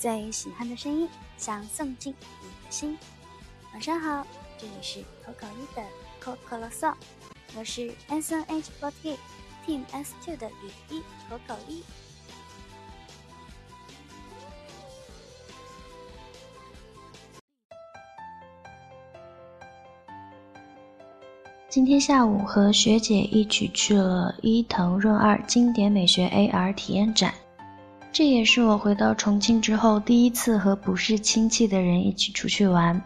最喜欢的声音，想送进你的心。晚上好，这里是口口一的口口啰嗦，我是 SNH48 Team S2 的雨一口口一。今天下午和学姐一起去了伊藤润二经典美学 AR 体验展，这也是我回到重庆之后第一次和不是亲戚的人一起出去玩。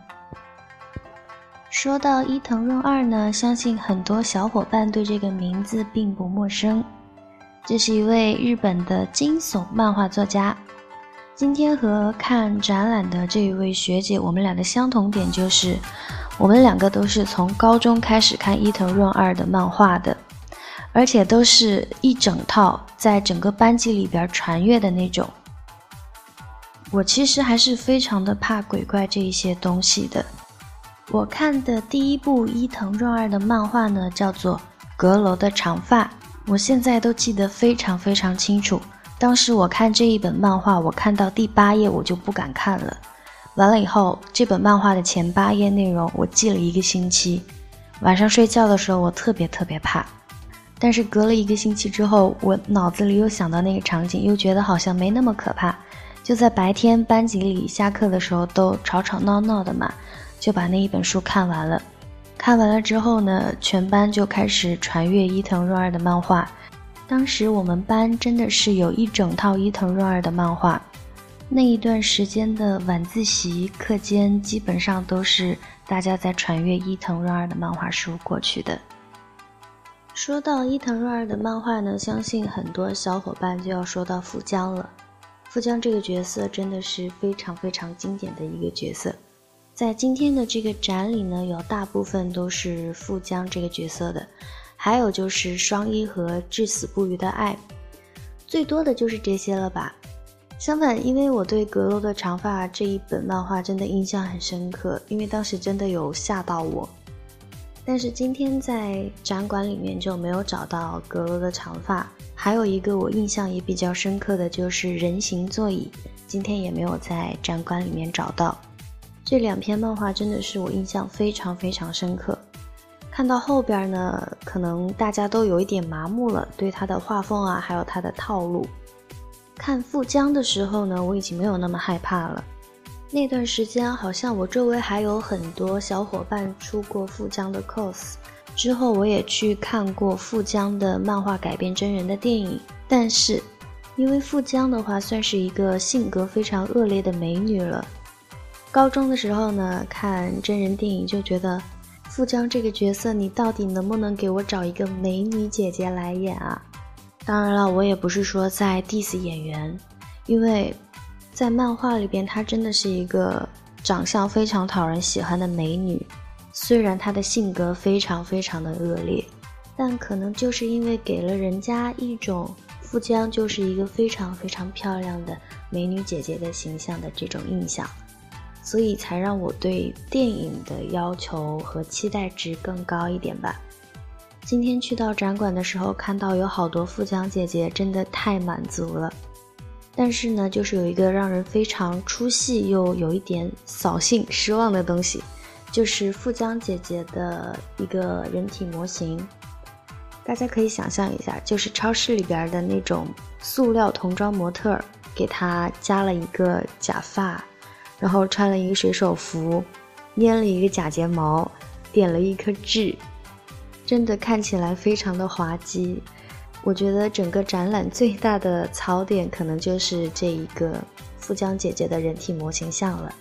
说到伊藤润二呢，相信很多小伙伴对这个名字并不陌生。这是一位日本的惊悚漫画作家。今天和看展览的这一位学姐，我们俩的相同点就是我们两个都是从高中开始看伊藤润二的漫画的，而且都是一整套在整个班级里边传阅的那种。我其实还是非常的怕鬼怪这一些东西的。我看的第一部伊藤润二的漫画呢，叫做《阁楼的长发》，我现在都记得非常非常清楚。当时我看这一本漫画，我看到第8页我就不敢看了。完了以后，这本漫画的前8页内容我记了1个星期，晚上睡觉的时候我特别怕。但是隔了1个星期之后，我脑子里又想到那个场景，又觉得好像没那么可怕。就在白天班级里下课的时候都吵吵闹闹的嘛，就把那一本书看完了。看完了之后呢，全班就开始传阅伊藤润二的漫画。当时我们班真的是有一整套伊藤润二的漫画。那一段时间的晚自习课间基本上都是大家在传阅伊藤润二的漫画书过去的。说到伊藤润二的漫画呢，相信很多小伙伴就要说到富江了。富江这个角色真的是非常非常经典的一个角色，在今天的这个展里呢，有大部分都是富江这个角色的，还有就是双一和至死不渝的爱，最多的就是这些了吧。相反，因为我对《阁楼的长发》这一本漫画真的印象很深刻，因为当时真的有吓到我。但是今天在展馆里面就没有找到《阁楼的长发》，还有一个我印象也比较深刻的就是人形座椅，今天也没有在展馆里面找到。这2篇漫画真的是我印象非常非常深刻。看到后边呢，可能大家都有一点麻木了，对他的画风啊，还有他的套路。看富江的时候呢，我已经没有那么害怕了。那段时间好像我周围还有很多小伙伴出过富江的 cos， 之后我也去看过富江的漫画改编真人的电影。但是因为富江的话算是一个性格非常恶劣的美女了，高中的时候呢，看真人电影就觉得富江这个角色，你到底能不能给我找一个美女姐姐来演啊？当然了，我也不是说在 diss 演员，因为在漫画里边她真的是一个长相非常讨人喜欢的美女，虽然她的性格非常非常的恶劣，但可能就是因为给了人家一种富江就是一个非常非常漂亮的美女姐姐的形象的这种印象，所以才让我对电影的要求和期待值更高一点吧。今天去到展馆的时候，看到有好多富江姐姐，真的太满足了。但是呢，就是有一个让人非常出戏又有一点扫兴失望的东西，就是富江姐姐的一个人体模型。大家可以想象一下，就是超市里边的那种塑料童装模特，给她加了一个假发，然后穿了一个水手服，粘了一个假睫毛，点了一颗痣，真的看起来非常的滑稽。我觉得整个展览最大的槽点可能就是这一个富江姐姐的人体模型像了。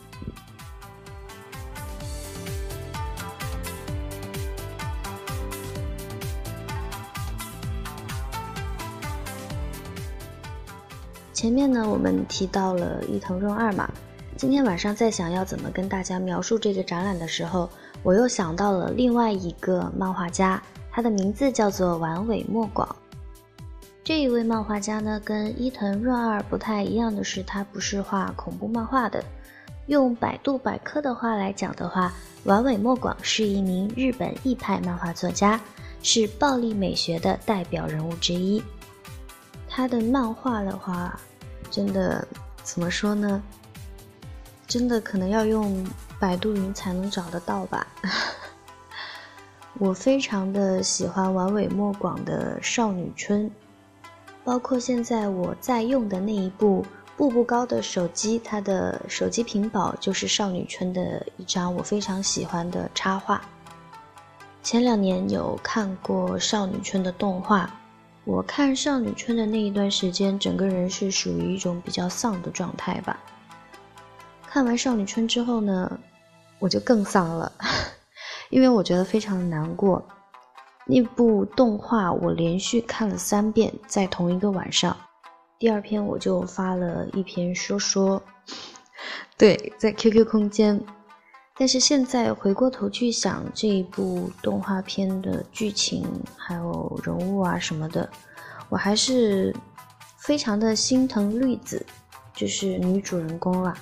前面呢，我们提到了伊藤润二嘛，今天晚上在想要怎么跟大家描述这个展览的时候，我又想到了另外一个漫画家，他的名字叫做丸尾末广。这一位漫画家呢，跟伊藤润二不太一样的是，他不是画恐怖漫画的。用百度百科的话来讲的话，丸尾末广是一名日本异派漫画作家，是暴力美学的代表人物之一。他的漫画的话，真的怎么说呢？ 真的可能要用百度云才能找得到吧。我非常的喜欢丸尾莫广的少女春，包括现在我在用的那一部步步高的手机，它的手机屏保就是少女春的一张我非常喜欢的插画。前2年有看过少女春的动画，我看少女春的那一段时间，整个人是属于一种比较丧的状态吧。看完少女春之后呢，我就更丧了，因为我觉得非常的难过。那部动画我连续看了3遍，在同一个晚上。第2篇我就发了一篇说，对，在 QQ 空间。但是现在回过头去想这一部动画片的剧情还有人物啊什么的，我还是非常的心疼绿子，就是女主人公啦。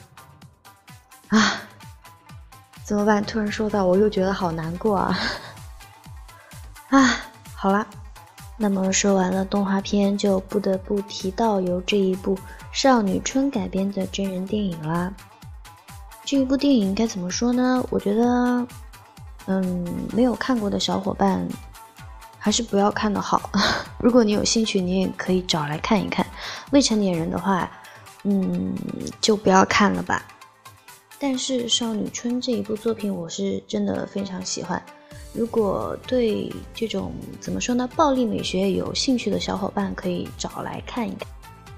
怎么办？突然说到我又觉得好难过啊。好啦，那么说完了动画片，就不得不提到由这一部少女春改编的真人电影啦。这一部电影该怎么说呢？我觉得没有看过的小伙伴还是不要看的好。如果你有兴趣，你也可以找来看一看。未成年人的话就不要看了吧。但是少女春这一部作品我是真的非常喜欢，如果对这种怎么说呢，暴力美学有兴趣的小伙伴可以找来看一看。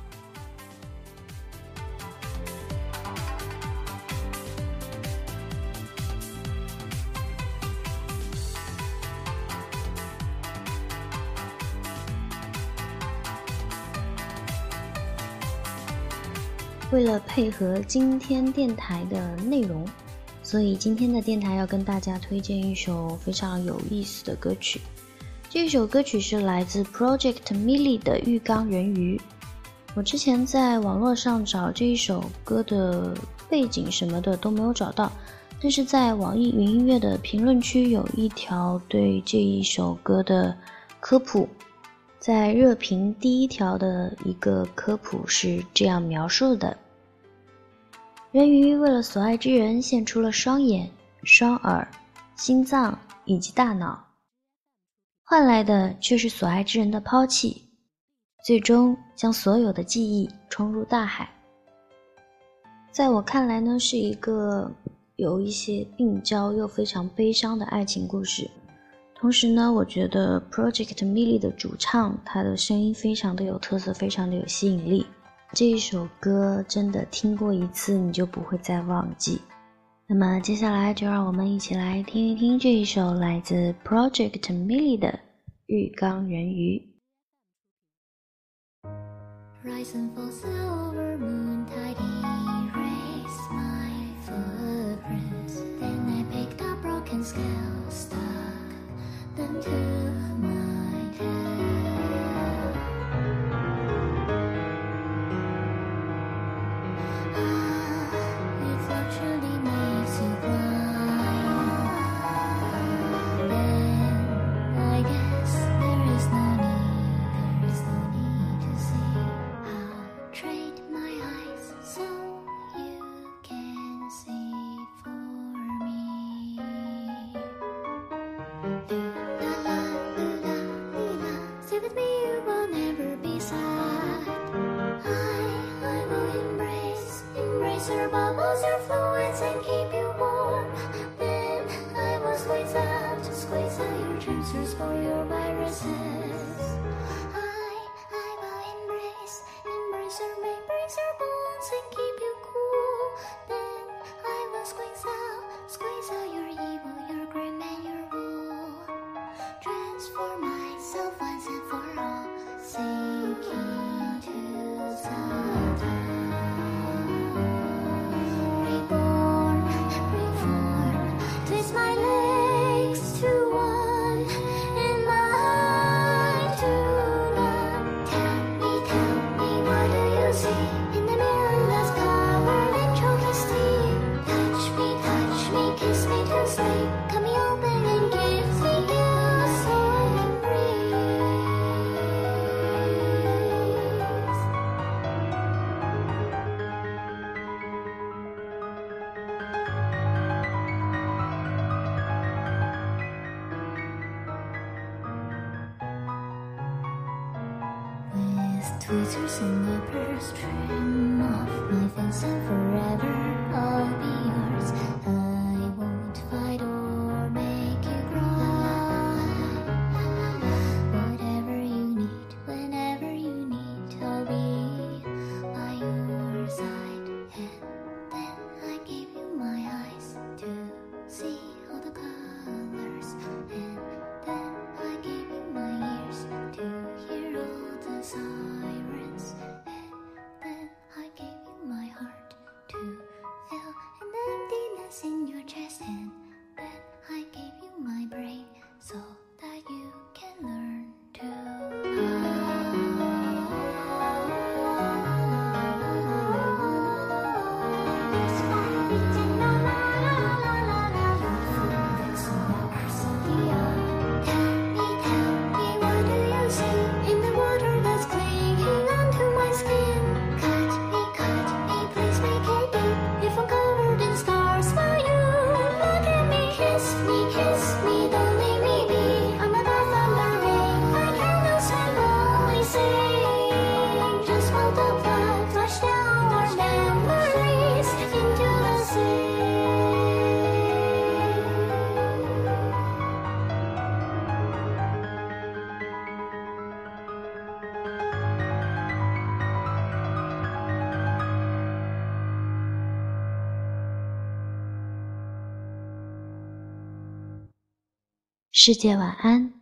为了配合今天电台的内容，所以今天的电台要跟大家推荐一首非常有意思的歌曲。这首歌曲是来自 Project Millie 的浴缸人鱼。我之前在网络上找这一首歌的背景什么的都没有找到，但是在网易云音乐的评论区有一条对这一首歌的科普，在热评第1条的一个科普是这样描述的：人鱼为了所爱之人献出了双眼、双耳、心脏以及大脑，换来的却是所爱之人的抛弃，最终将所有的记忆冲入大海。在我看来呢，是一个有一些病娇又非常悲伤的爱情故事。同时呢，我觉得 Project Millie 的主唱他的声音非常的有特色，非常的有吸引力。这一首歌真的听过一次你就不会再忘记。那么接下来就让我们一起来听一听这一首来自 Project Millie 的浴缸人鱼。 Rise and fall silver moon tide erase my footprints. Then I picked up broken scales, stuck them to my tail. If love truly makes you blind, then I guess there is no need to see. I'll trade my eyes so you can see for me. Lula, lula, lula, stay with me, you will never be sad. I will embrace your bubbles, your fluids, and keep you warm. Then I will squeeze out your germs, your spore, your viruses. I will embrace your bones and keep you cool. Then I will squeeze out your evil, your grim and your woe. Transform myself once and for all, sinking to Satan. Reborn, reform, twist my legs to one and mine to none. Tell me, what do you see in the mirror that's covered in chalky steam? Touch me, tweezers and nippers trim off my face and forever I'll be yours. I won't fight or make you cry. Whatever you need, whenever you need, I'll be by your side. And then I gave you my eyes to see all the colors. And then I gave you my ears to hear all the sirens. And then I gave you my heart to feel an emptiness in your chest. And then I gave you my brain so that you can learn to 世界晚安。